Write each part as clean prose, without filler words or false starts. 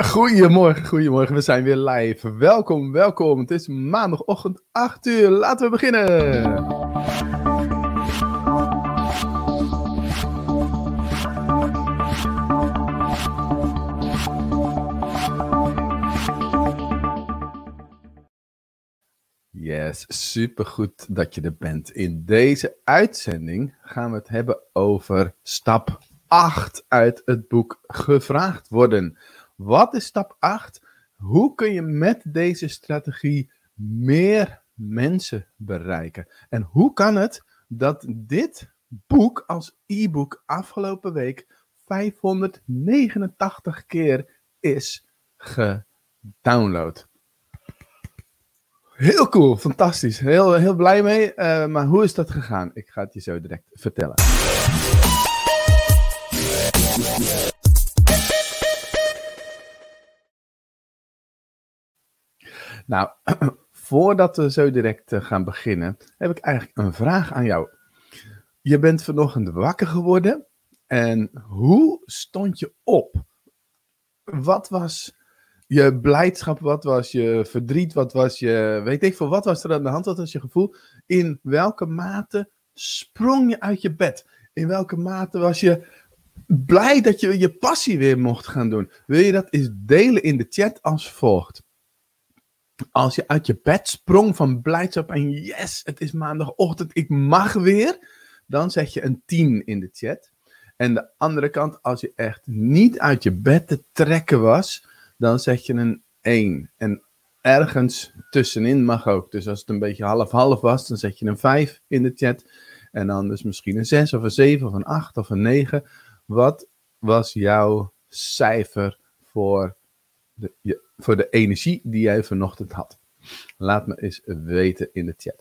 Goedemorgen. We zijn weer live. Welkom. Het is maandagochtend 8 uur. Laten we beginnen. Yes, supergoed dat je er bent. In deze uitzending gaan we het hebben over stap 8 uit het boek Gevraagd worden. Wat is stap 8? Hoe kun je met deze strategie meer mensen bereiken? En hoe kan het dat dit boek als e-book afgelopen week 589 keer is gedownload? Heel cool, fantastisch. Heel blij mee. Maar hoe is dat gegaan? Ik ga het je zo direct vertellen. Nou, voordat we zo direct gaan beginnen, heb ik eigenlijk een vraag aan jou. Je bent vanochtend wakker geworden en hoe stond je op? Wat was je blijdschap? Wat was je verdriet? Wat was je, weet ik veel, wat was er aan de hand? Wat was je gevoel? In welke mate sprong je uit je bed? In welke mate was je blij dat je je passie weer mocht gaan doen? Wil je dat eens delen in de chat als volgt? Als je uit je bed sprong van blijdschap en yes, het is maandagochtend, ik mag weer, dan zet je een 10 in de chat. En de andere kant, als je echt niet uit je bed te trekken was, dan zet je een 1. En ergens tussenin mag ook. Dus als het een beetje half-half was, dan zet je een 5 in de chat. En dan dus misschien een 6 of een 7 of een 8 of een 9. Wat was jouw cijfer voor de energie die jij vanochtend had? Laat me eens weten in de chat.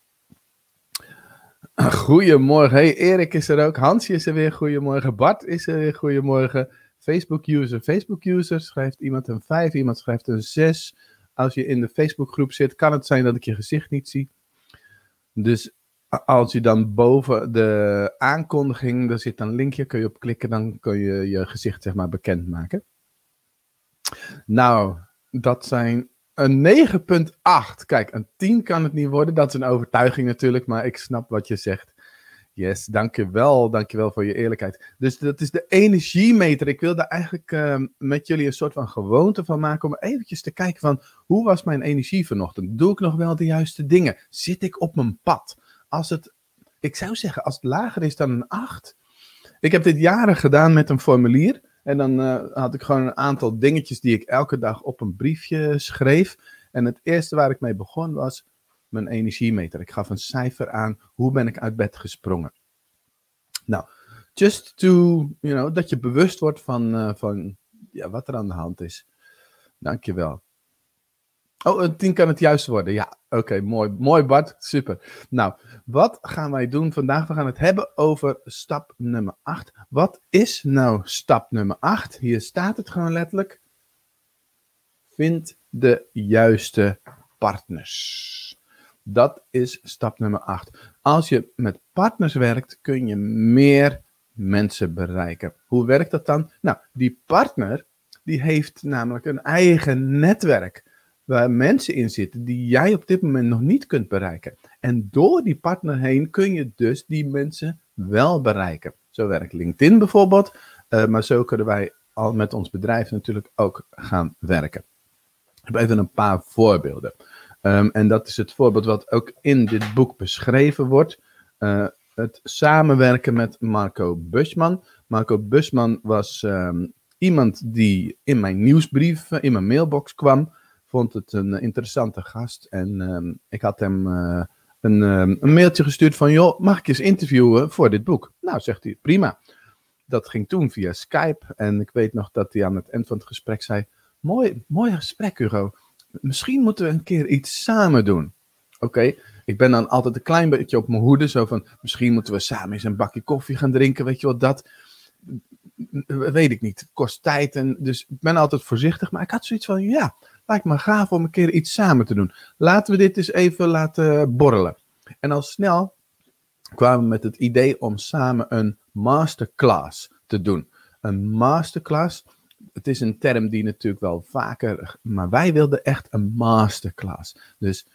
Goedemorgen. Hey, Erik is er ook. Hansje is er weer. Goedemorgen. Bart is er weer. Goedemorgen. Facebook-user schrijft iemand een 5, iemand schrijft een 6. Als je in de Facebookgroep zit, kan het zijn dat ik je gezicht niet zie. Dus als je dan boven de aankondiging, daar zit een linkje, kun je op klikken, dan kun je je gezicht zeg maar bekendmaken. Nou, dat zijn een 9,8. Kijk, een 10 kan het niet worden, dat is een overtuiging natuurlijk, maar ik snap wat je zegt. Yes, dankjewel voor je eerlijkheid. Dus dat is de energiemeter. Ik wil daar eigenlijk met jullie een soort van gewoonte van maken om eventjes te kijken van hoe was mijn energie vanochtend? Doe ik nog wel de juiste dingen? Zit ik op mijn pad? Ik zou zeggen, als het lager is dan een 8. Ik heb dit jaren gedaan met een formulier. En dan had ik gewoon een aantal dingetjes die ik elke dag op een briefje schreef. En het eerste waar ik mee begon was mijn energiemeter. Ik gaf een cijfer aan, hoe ben ik uit bed gesprongen. Nou, just to, dat je bewust wordt van wat er aan de hand is. Dankjewel. Oh, een 10 kan het juist worden. Ja, oké, mooi Bart, super. Nou, wat gaan wij doen vandaag? We gaan het hebben over stap nummer 8. Wat is nou stap nummer 8? Hier staat het gewoon letterlijk. Vind de juiste partners. Dat is stap nummer 8. Als je met partners werkt, kun je meer mensen bereiken. Hoe werkt dat dan? Nou, die partner, die heeft namelijk een eigen netwerk waar mensen in zitten die jij op dit moment nog niet kunt bereiken. En door die partner heen kun je dus die mensen wel bereiken. Zo werkt LinkedIn bijvoorbeeld, maar zo kunnen wij al met ons bedrijf natuurlijk ook gaan werken. Ik heb even een paar voorbeelden. En dat is het voorbeeld wat ook in dit boek beschreven wordt. Het samenwerken met Marco Buschmann. Marco Buschmann was iemand die in mijn nieuwsbrief, in mijn mailbox kwam. Vond het een interessante gast. En ik had hem een mailtje gestuurd van, joh, mag ik je eens interviewen voor dit boek? Nou, zegt hij, prima. Dat ging toen via Skype. En ik weet nog dat hij aan het eind van het gesprek zei, mooi gesprek, Hugo. Misschien moeten we een keer iets samen doen. Oké, ik ben dan altijd een klein beetje op mijn hoede. Zo van, misschien moeten we samen eens een bakje koffie gaan drinken. Weet je wat, dat weet ik niet. Het kost tijd. Dus ik ben altijd voorzichtig. Maar ik had zoiets van, ja, lijkt me gaaf om een keer iets samen te doen. Laten we dit eens even laten borrelen. En al snel kwamen we met het idee om samen een masterclass te doen. Een masterclass. het is een term die natuurlijk wel vaker, maar wij wilden echt een masterclass. Dus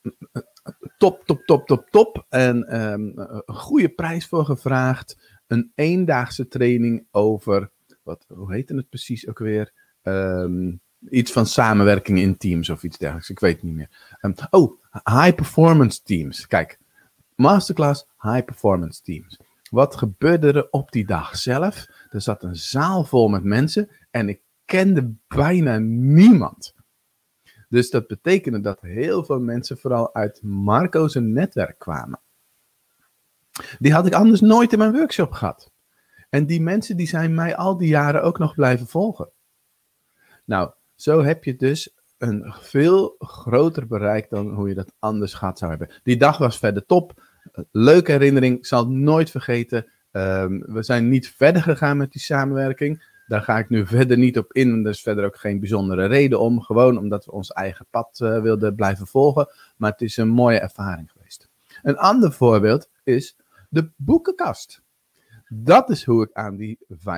top. En een goede prijs voor gevraagd. Een eendaagse training over, hoe heette het precies ook weer? Iets van samenwerking in teams of iets dergelijks. Ik weet het niet meer. High performance teams. Kijk, masterclass high performance teams. Wat gebeurde er op die dag zelf? Er zat een zaal vol met mensen en ik kende bijna niemand. Dus dat betekende dat heel veel mensen vooral uit Marco's netwerk kwamen. Die had ik anders nooit in mijn workshop gehad. En die mensen die zijn mij al die jaren ook nog blijven volgen. Nou, zo heb je dus een veel groter bereik dan hoe je dat anders gehad zou hebben. Die dag was verder top. Leuke herinnering, ik zal het nooit vergeten. We zijn niet verder gegaan met die samenwerking. Daar ga ik nu verder niet op in. Er is verder ook geen bijzondere reden om. Gewoon omdat we ons eigen pad wilden blijven volgen. Maar het is een mooie ervaring geweest. Een ander voorbeeld is de boekenkast. Dat is hoe ik aan die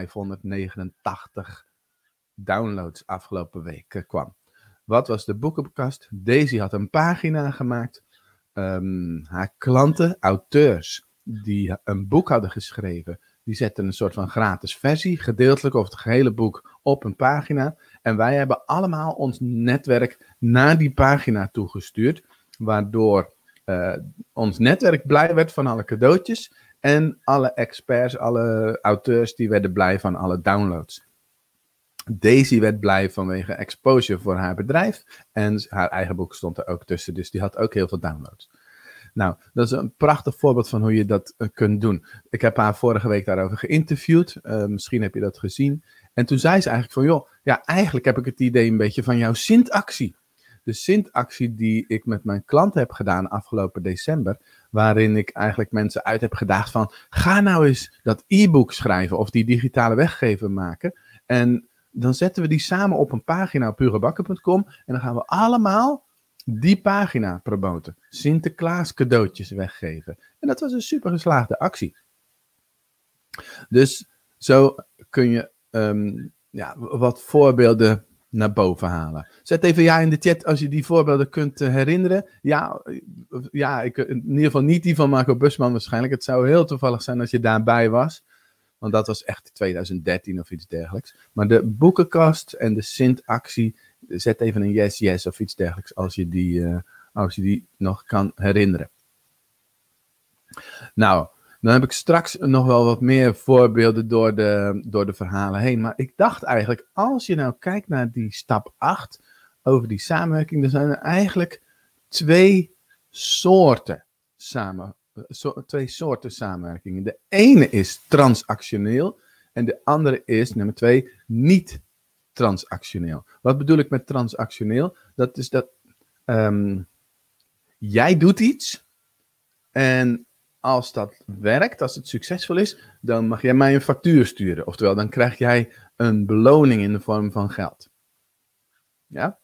589 downloads afgelopen week kwam. Wat was de boekenkast? Daisy had een pagina gemaakt. Haar klanten, auteurs, die een boek hadden geschreven, die zetten een soort van gratis versie, gedeeltelijk of het gehele boek, op een pagina. En wij hebben allemaal ons netwerk naar die pagina toegestuurd, waardoor ons netwerk blij werd van alle cadeautjes. En alle experts, alle auteurs, die werden blij van alle downloads. Daisy werd blij vanwege exposure voor haar bedrijf. En haar eigen boek stond er ook tussen. Dus die had ook heel veel downloads. Nou, dat is een prachtig voorbeeld van hoe je dat kunt doen. Ik heb haar vorige week daarover geïnterviewd. Misschien heb je dat gezien. En toen zei ze eigenlijk van, joh, ja, eigenlijk heb ik het idee een beetje van jouw Sint-actie. De Sint-actie die ik met mijn klanten heb gedaan afgelopen december. Waarin ik eigenlijk mensen uit heb gedaagd van, ga nou eens dat e-book schrijven of die digitale weggever maken. En dan zetten we die samen op een pagina op purebakken.com. En dan gaan we allemaal die pagina promoten. Sinterklaas cadeautjes weggeven. En dat was een super geslaagde actie. Dus zo kun je wat voorbeelden naar boven halen. Zet even ja in de chat als je die voorbeelden kunt herinneren. Ja, in ieder geval niet die van Marco Busman waarschijnlijk. Het zou heel toevallig zijn als je daarbij was. Want dat was echt 2013 of iets dergelijks. Maar de boekenkast en de Sint-actie, zet even een yes of iets dergelijks als je die nog kan herinneren. Nou, dan heb ik straks nog wel wat meer voorbeelden door de verhalen heen. Maar ik dacht eigenlijk, als je nou kijkt naar die stap 8 over die samenwerking, dan zijn er eigenlijk twee soorten samenwerkingen. De ene is transactioneel en de andere is, nummer 2, niet transactioneel. Wat bedoel ik met transactioneel? Dat is dat jij doet iets en als dat werkt, als het succesvol is, dan mag jij mij een factuur sturen. Oftewel, dan krijg jij een beloning in de vorm van geld. Ja?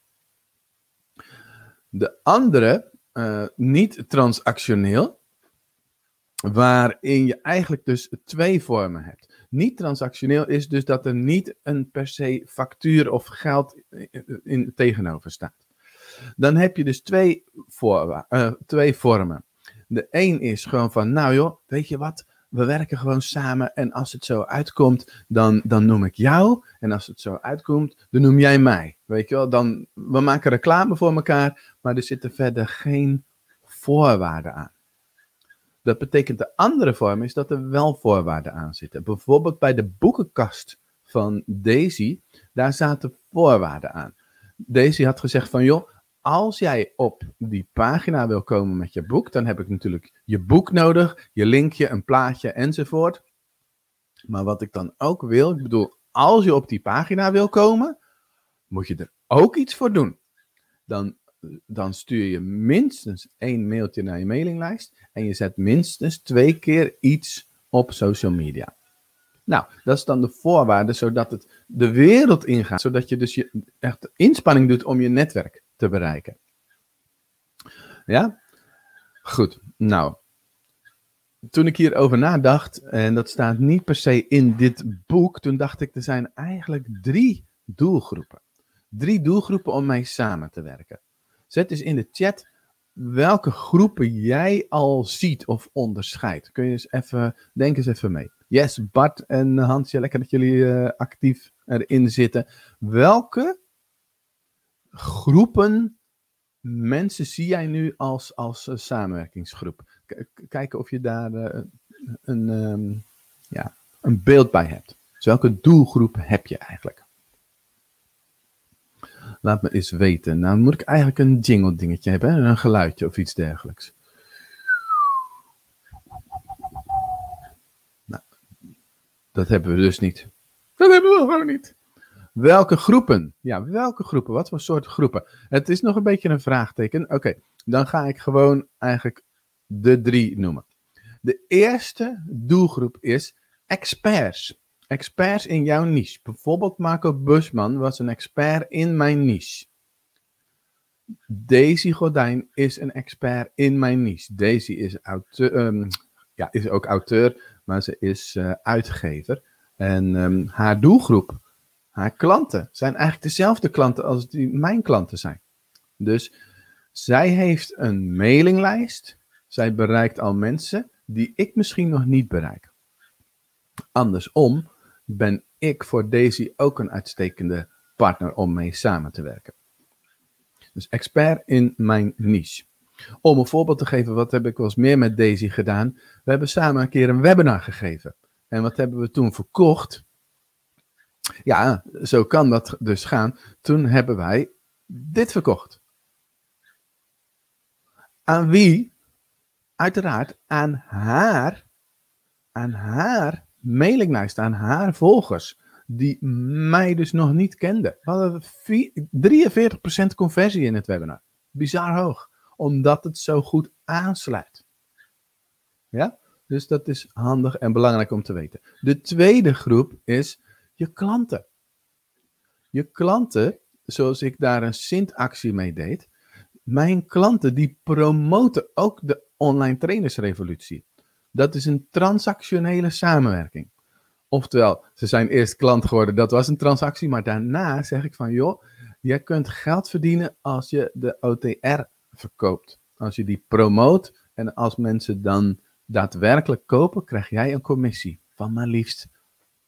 De andere, niet transactioneel, waarin je eigenlijk dus twee vormen hebt. Niet transactioneel is dus dat er niet een per se factuur of geld tegenover staat. Dan heb je dus twee vormen. De een is gewoon van, nou joh, weet je wat, we werken gewoon samen en als het zo uitkomt, dan noem ik jou. En als het zo uitkomt, dan noem jij mij. Weet je wel, we maken reclame voor elkaar, maar er zitten verder geen voorwaarden aan. Dat betekent de andere vorm is dat er wel voorwaarden aan zitten. Bijvoorbeeld bij de boekenkast van Daisy, daar zaten voorwaarden aan. Daisy had gezegd van, joh, als jij op die pagina wil komen met je boek, dan heb ik natuurlijk je boek nodig, je linkje, een plaatje enzovoort. Maar wat ik dan ook wil, ik bedoel, als je op die pagina wil komen, moet je er ook iets voor doen. Dan stuur je minstens 1 mailtje naar je mailinglijst en je zet minstens 2 keer iets op social media. Nou, dat is dan de voorwaarde, zodat het de wereld ingaat, zodat je dus echt inspanning doet om je netwerk te bereiken. Ja? Goed, nou, toen ik hierover nadacht, en dat staat niet per se in dit boek, toen dacht ik, er zijn eigenlijk 3 doelgroepen. 3 doelgroepen om mee samen te werken. Zet eens in de chat welke groepen jij al ziet of onderscheidt. Kun je eens even, denk eens even mee. Yes, Bart en Hansje, lekker dat jullie actief erin zitten. Welke groepen mensen zie jij nu als samenwerkingsgroep? Kijken of je daar een beeld bij hebt. Dus welke doelgroep heb je eigenlijk? Laat me eens weten. Nou moet ik eigenlijk een jingle dingetje hebben. Hè? Een geluidje of iets dergelijks. Nou, dat hebben we dus niet. Dat hebben we gewoon niet. Welke groepen? Ja, welke groepen? Wat voor soort groepen? Het is nog een beetje een vraagteken. Oké, dan ga ik gewoon eigenlijk de 3 noemen. De eerste doelgroep is experts. Experts in jouw niche. Bijvoorbeeld Marco Busman was een expert in mijn niche. Daisy Gordijn is een expert in mijn niche. Daisy is is ook auteur, maar ze is uitgever. En haar doelgroep, haar klanten, zijn eigenlijk dezelfde klanten als die mijn klanten zijn. Dus zij heeft een mailinglijst. Zij bereikt al mensen die ik misschien nog niet bereik. Andersom ben ik voor Daisy ook een uitstekende partner om mee samen te werken. Dus expert in mijn niche. Om een voorbeeld te geven, wat heb ik wel eens meer met Daisy gedaan? We hebben samen een keer een webinar gegeven. En wat hebben we toen verkocht? Ja, zo kan dat dus gaan. Toen hebben wij dit verkocht. Aan wie? Uiteraard aan haar mailinglijst, aan haar volgers, die mij dus nog niet kenden. We hadden 43% conversie in het webinar. Bizar hoog, omdat het zo goed aansluit. Ja, dus dat is handig en belangrijk om te weten. De tweede groep is je klanten. Je klanten, zoals ik daar een Sint-actie mee deed, mijn klanten die promoten ook de online trainersrevolutie. Dat is een transactionele samenwerking. Oftewel, ze zijn eerst klant geworden, dat was een transactie, maar daarna zeg ik van, joh, jij kunt geld verdienen als je de OTR verkoopt. Als je die promoot en als mensen dan daadwerkelijk kopen, krijg jij een commissie van maar liefst 50%.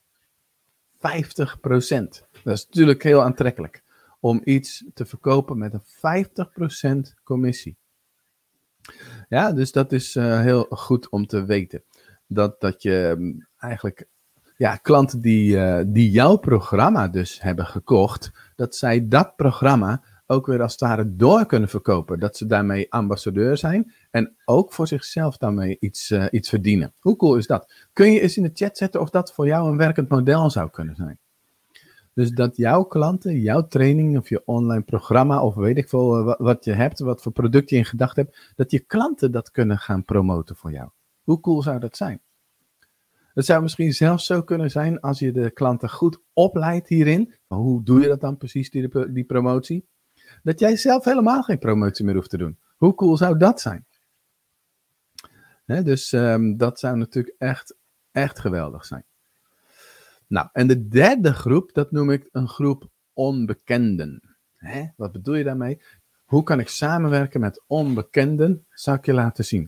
Dat is natuurlijk heel aantrekkelijk om iets te verkopen met een 50% commissie. Ja, dus dat is heel goed om te weten. Dat je eigenlijk, ja, klanten die jouw programma dus hebben gekocht, dat zij dat programma ook weer als het ware door kunnen verkopen. Dat ze daarmee ambassadeur zijn en ook voor zichzelf daarmee iets verdienen. Hoe cool is dat? Kun je eens in de chat zetten of dat voor jou een werkend model zou kunnen zijn? Dus dat jouw klanten, jouw training of je online programma of weet ik veel wat je hebt, wat voor product je in gedachten hebt, dat je klanten dat kunnen gaan promoten voor jou. Hoe cool zou dat zijn? Het zou misschien zelfs zo kunnen zijn als je de klanten goed opleidt hierin. Maar hoe doe je dat dan precies, die promotie? Dat jij zelf helemaal geen promotie meer hoeft te doen. Hoe cool zou dat zijn? Dus dat zou natuurlijk echt geweldig zijn. Nou, en de derde groep, dat noem ik een groep onbekenden. Wat bedoel je daarmee? Hoe kan ik samenwerken met onbekenden? Zal ik je laten zien.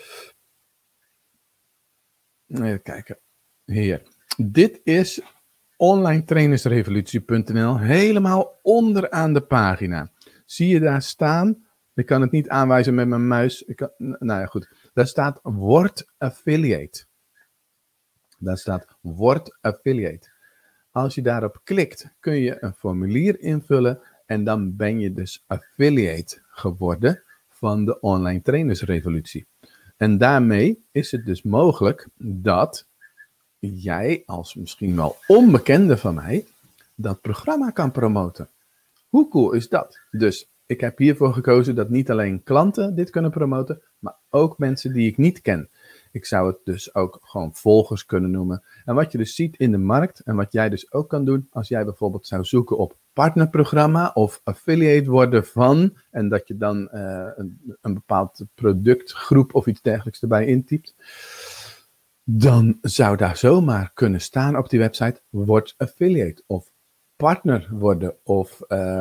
Even kijken. Hier. Dit is onlinetrainersrevolutie.nl. Helemaal onderaan de pagina. Zie je daar staan? Ik kan het niet aanwijzen met mijn muis. Nou ja, goed. Daar staat word affiliate. Daar staat word affiliate. Als je daarop klikt, kun je een formulier invullen en dan ben je dus affiliate geworden van de online trainersrevolutie. En daarmee is het dus mogelijk dat jij als misschien wel onbekende van mij dat programma kan promoten. Hoe cool is dat? Dus ik heb hiervoor gekozen dat niet alleen klanten dit kunnen promoten, maar ook mensen die ik niet ken. Ik zou het dus ook gewoon volgers kunnen noemen. En wat je dus ziet in de markt en wat jij dus ook kan doen als jij bijvoorbeeld zou zoeken op partnerprogramma of affiliate worden van en dat je dan een bepaald productgroep of iets dergelijks erbij intypt. Dan zou daar zomaar kunnen staan op die website word affiliate of partner worden of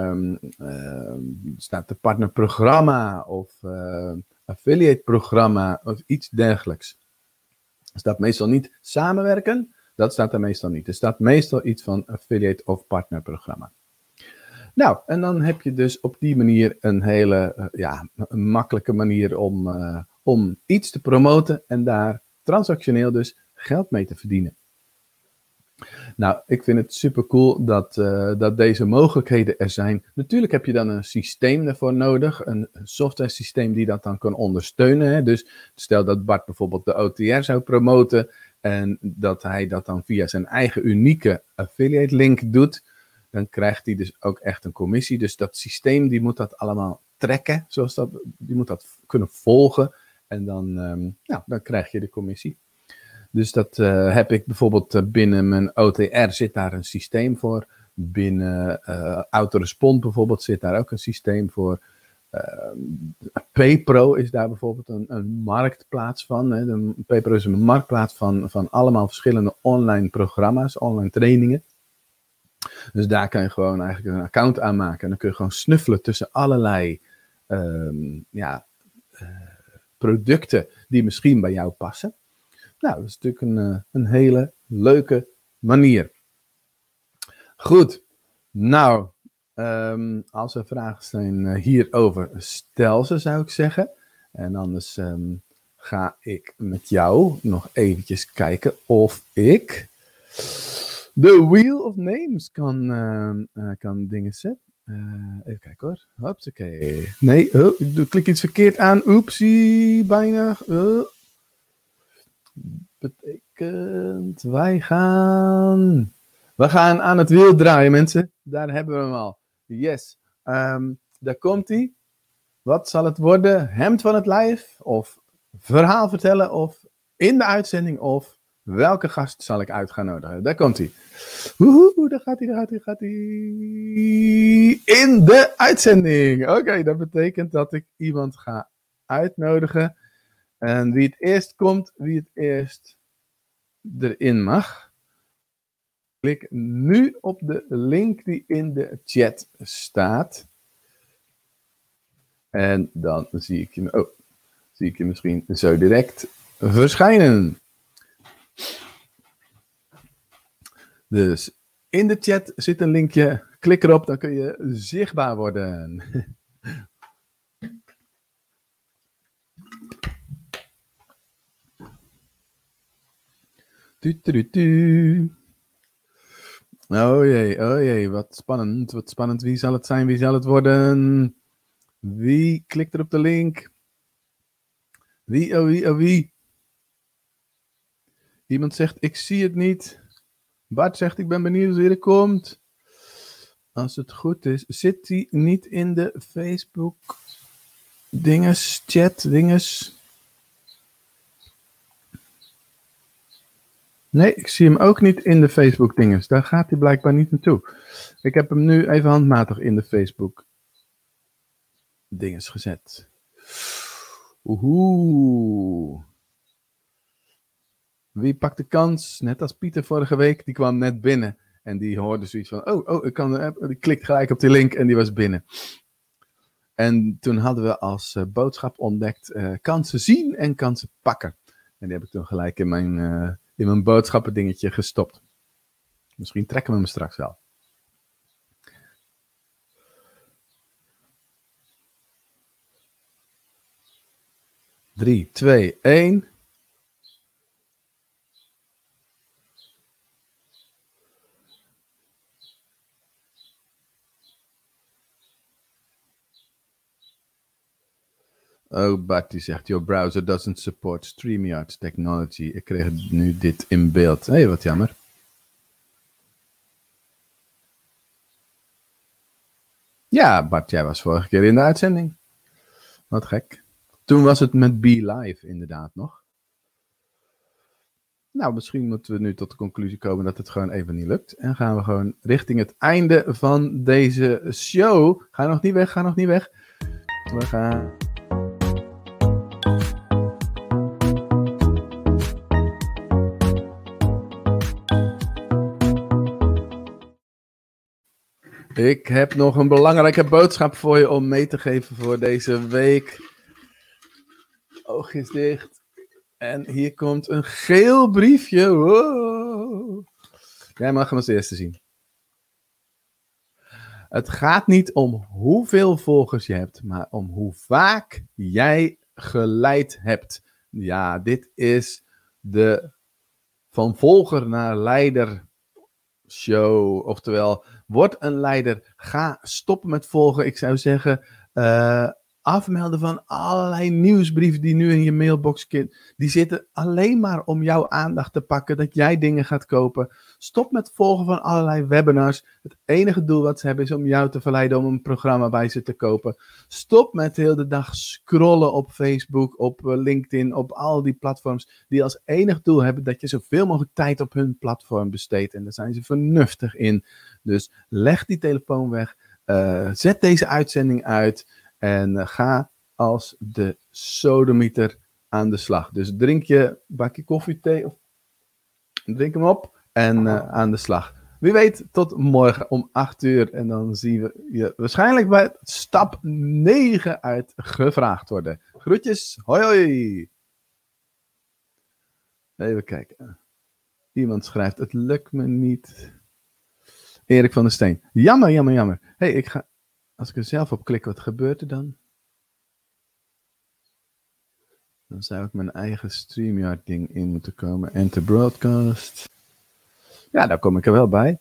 staat er partnerprogramma of affiliate programma of iets dergelijks. Er staat meestal niet samenwerken, dat staat er meestal niet. Er staat meestal iets van affiliate of partnerprogramma. Nou, en dan heb je dus op die manier een hele een makkelijke manier om iets te promoten en daar transactioneel dus geld mee te verdienen. Nou, ik vind het super cool dat deze mogelijkheden er zijn. Natuurlijk heb je dan een systeem ervoor nodig, een software systeem die dat dan kan ondersteunen. Hè? Dus stel dat Bart bijvoorbeeld de OTR zou promoten en dat hij dat dan via zijn eigen unieke affiliate link doet, dan krijgt hij dus ook echt een commissie. Dus dat systeem die moet dat allemaal trekken, die moet dat kunnen volgen en dan krijg je de commissie. Dus dat heb ik bijvoorbeeld binnen mijn OTR zit daar een systeem voor. Binnen Autorespond bijvoorbeeld zit daar ook een systeem voor. PayPro is daar bijvoorbeeld een marktplaats van. Hè. PayPro is een marktplaats van allemaal verschillende online programma's, online trainingen. Dus daar kan je gewoon eigenlijk een account aanmaken. En dan kun je gewoon snuffelen tussen allerlei producten die misschien bij jou passen. Nou, dat is natuurlijk een hele leuke manier. Goed, nou, als er vragen zijn hierover, stel ze, zou ik zeggen. En anders ga ik met jou nog eventjes kijken of ik de Wheel of Names kan dingen zetten. Even kijken hoor. Hopsakee. Nee, ik klik iets verkeerd aan. Oepsie, bijna. Betekent, we gaan aan het wiel draaien, mensen. Daar hebben we hem al. Yes. Daar komt hij. Wat zal het worden? Hemd van het lijf? Of verhaal vertellen? Of in de uitzending? Of welke gast zal ik uit gaan nodigen? Daar komt hij. Woehoe, daar gaat hij. In de uitzending. Oké, dat betekent dat ik iemand ga uitnodigen. En wie het eerst komt, wie het eerst erin mag. Klik nu op de link die in de chat staat. En dan zie ik je misschien zo direct verschijnen. Dus in de chat zit een linkje. Klik erop, dan kun je zichtbaar worden. Oh jee, wat spannend. Wie zal het zijn, wie zal het worden? Wie klikt er op de link? Wie? Iemand zegt, ik zie het niet. Bart zegt, ik ben benieuwd wie er komt. Als het goed is, zit hij niet in de Facebook chat. Nee, ik zie hem ook niet in de Facebook dinges. Daar gaat hij blijkbaar niet naartoe. Ik heb hem nu even handmatig in de Facebook dinges gezet. Oeh. Wie pakt de kans? Net als Pieter vorige week, die kwam net binnen. En die hoorde zoiets van, die klikt gelijk op die link en die was binnen. En toen hadden we als boodschap ontdekt, kansen zien en kansen pakken. En die heb ik toen gelijk in mijn boodschappendingetje gestopt. Misschien trekken we hem straks wel. Drie, 2, 1. Oh, Bart die zegt, your browser doesn't support StreamYard technology. Ik kreeg nu dit in beeld. Hé, wat jammer. Ja, Bart, jij was vorige keer in de uitzending. Wat gek. Toen was het met Be Live inderdaad nog. Nou, misschien moeten we nu tot de conclusie komen dat het gewoon even niet lukt. En gaan we gewoon richting het einde van deze show. Ga nog niet weg. We gaan... Ik heb nog een belangrijke boodschap voor je om mee te geven voor deze week. Oogjes dicht. En hier komt een geel briefje. Wow. Jij mag hem als eerste zien. Het gaat niet om hoeveel volgers je hebt, maar om hoe vaak jij geleid hebt. Ja, dit is de van volger naar leider show. Oftewel, word een leider. Ga stoppen met volgen. Ik zou zeggen, afmelden van allerlei nieuwsbrieven die nu in je mailbox zitten. Die zitten alleen maar om jouw aandacht te pakken, dat jij dingen gaat kopen. Stop met volgen van allerlei webinars. Het enige doel wat ze hebben is om jou te verleiden om een programma bij ze te kopen. Stop met heel de dag scrollen op Facebook, op LinkedIn, op al die platforms die als enig doel hebben dat je zoveel mogelijk tijd op hun platform besteedt. En daar zijn ze vernuftig in. Dus leg die telefoon weg. Zet deze uitzending uit. En ga als de sodemieter aan de slag. Dus drink je bakje koffie, thee, of drink hem op en aan de slag. Wie weet, tot morgen om 8 uur. En dan zien we je waarschijnlijk bij stap 9 uit gevraagd worden. Groetjes, hoi hoi. Even kijken. Iemand schrijft, het lukt me niet. Erik van der Steen. Jammer, jammer, jammer. Hey, ik ga... Als ik er zelf op klik, wat gebeurt er dan? Dan zou ik mijn eigen StreamYard ding in moeten komen. Enter broadcast. Ja, daar kom ik er wel bij.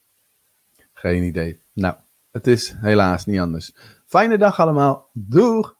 Geen idee. Nou, het is helaas niet anders. Fijne dag allemaal. Doeg!